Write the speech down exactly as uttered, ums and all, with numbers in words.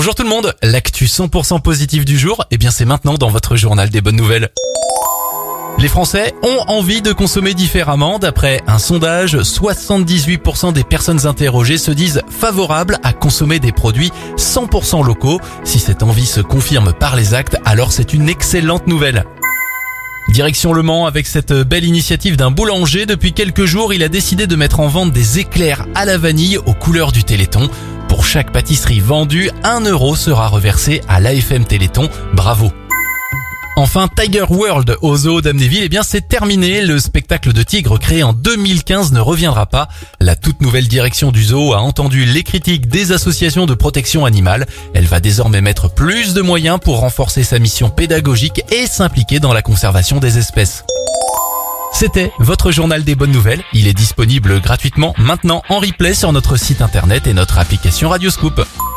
Bonjour tout le monde, l'actu cent pour cent positif du jour, eh bien c'est maintenant dans votre journal des bonnes nouvelles. Les Français ont envie de consommer différemment. D'après un sondage, soixante-dix-huit pour cent des personnes interrogées se disent favorables à consommer des produits cent pour cent locaux. Si cette envie se confirme par les actes, alors c'est une excellente nouvelle. Direction Le Mans avec cette belle initiative d'un boulanger. Depuis quelques jours, il a décidé de mettre en vente des éclairs à la vanille aux couleurs du Téléthon. Pour chaque pâtisserie vendue, un euro sera reversé à l'A F M Téléthon. Bravo. Enfin, Tiger World au zoo d'Amnéville, eh bien c'est terminé. Le spectacle de tigres créé en deux mille quinze ne reviendra pas. La toute nouvelle direction du zoo a entendu les critiques des associations de protection animale. Elle va désormais mettre plus de moyens pour renforcer sa mission pédagogique et s'impliquer dans la conservation des espèces. C'était votre journal des bonnes nouvelles. Il est disponible gratuitement maintenant en replay sur notre site internet et notre application Radioscoop.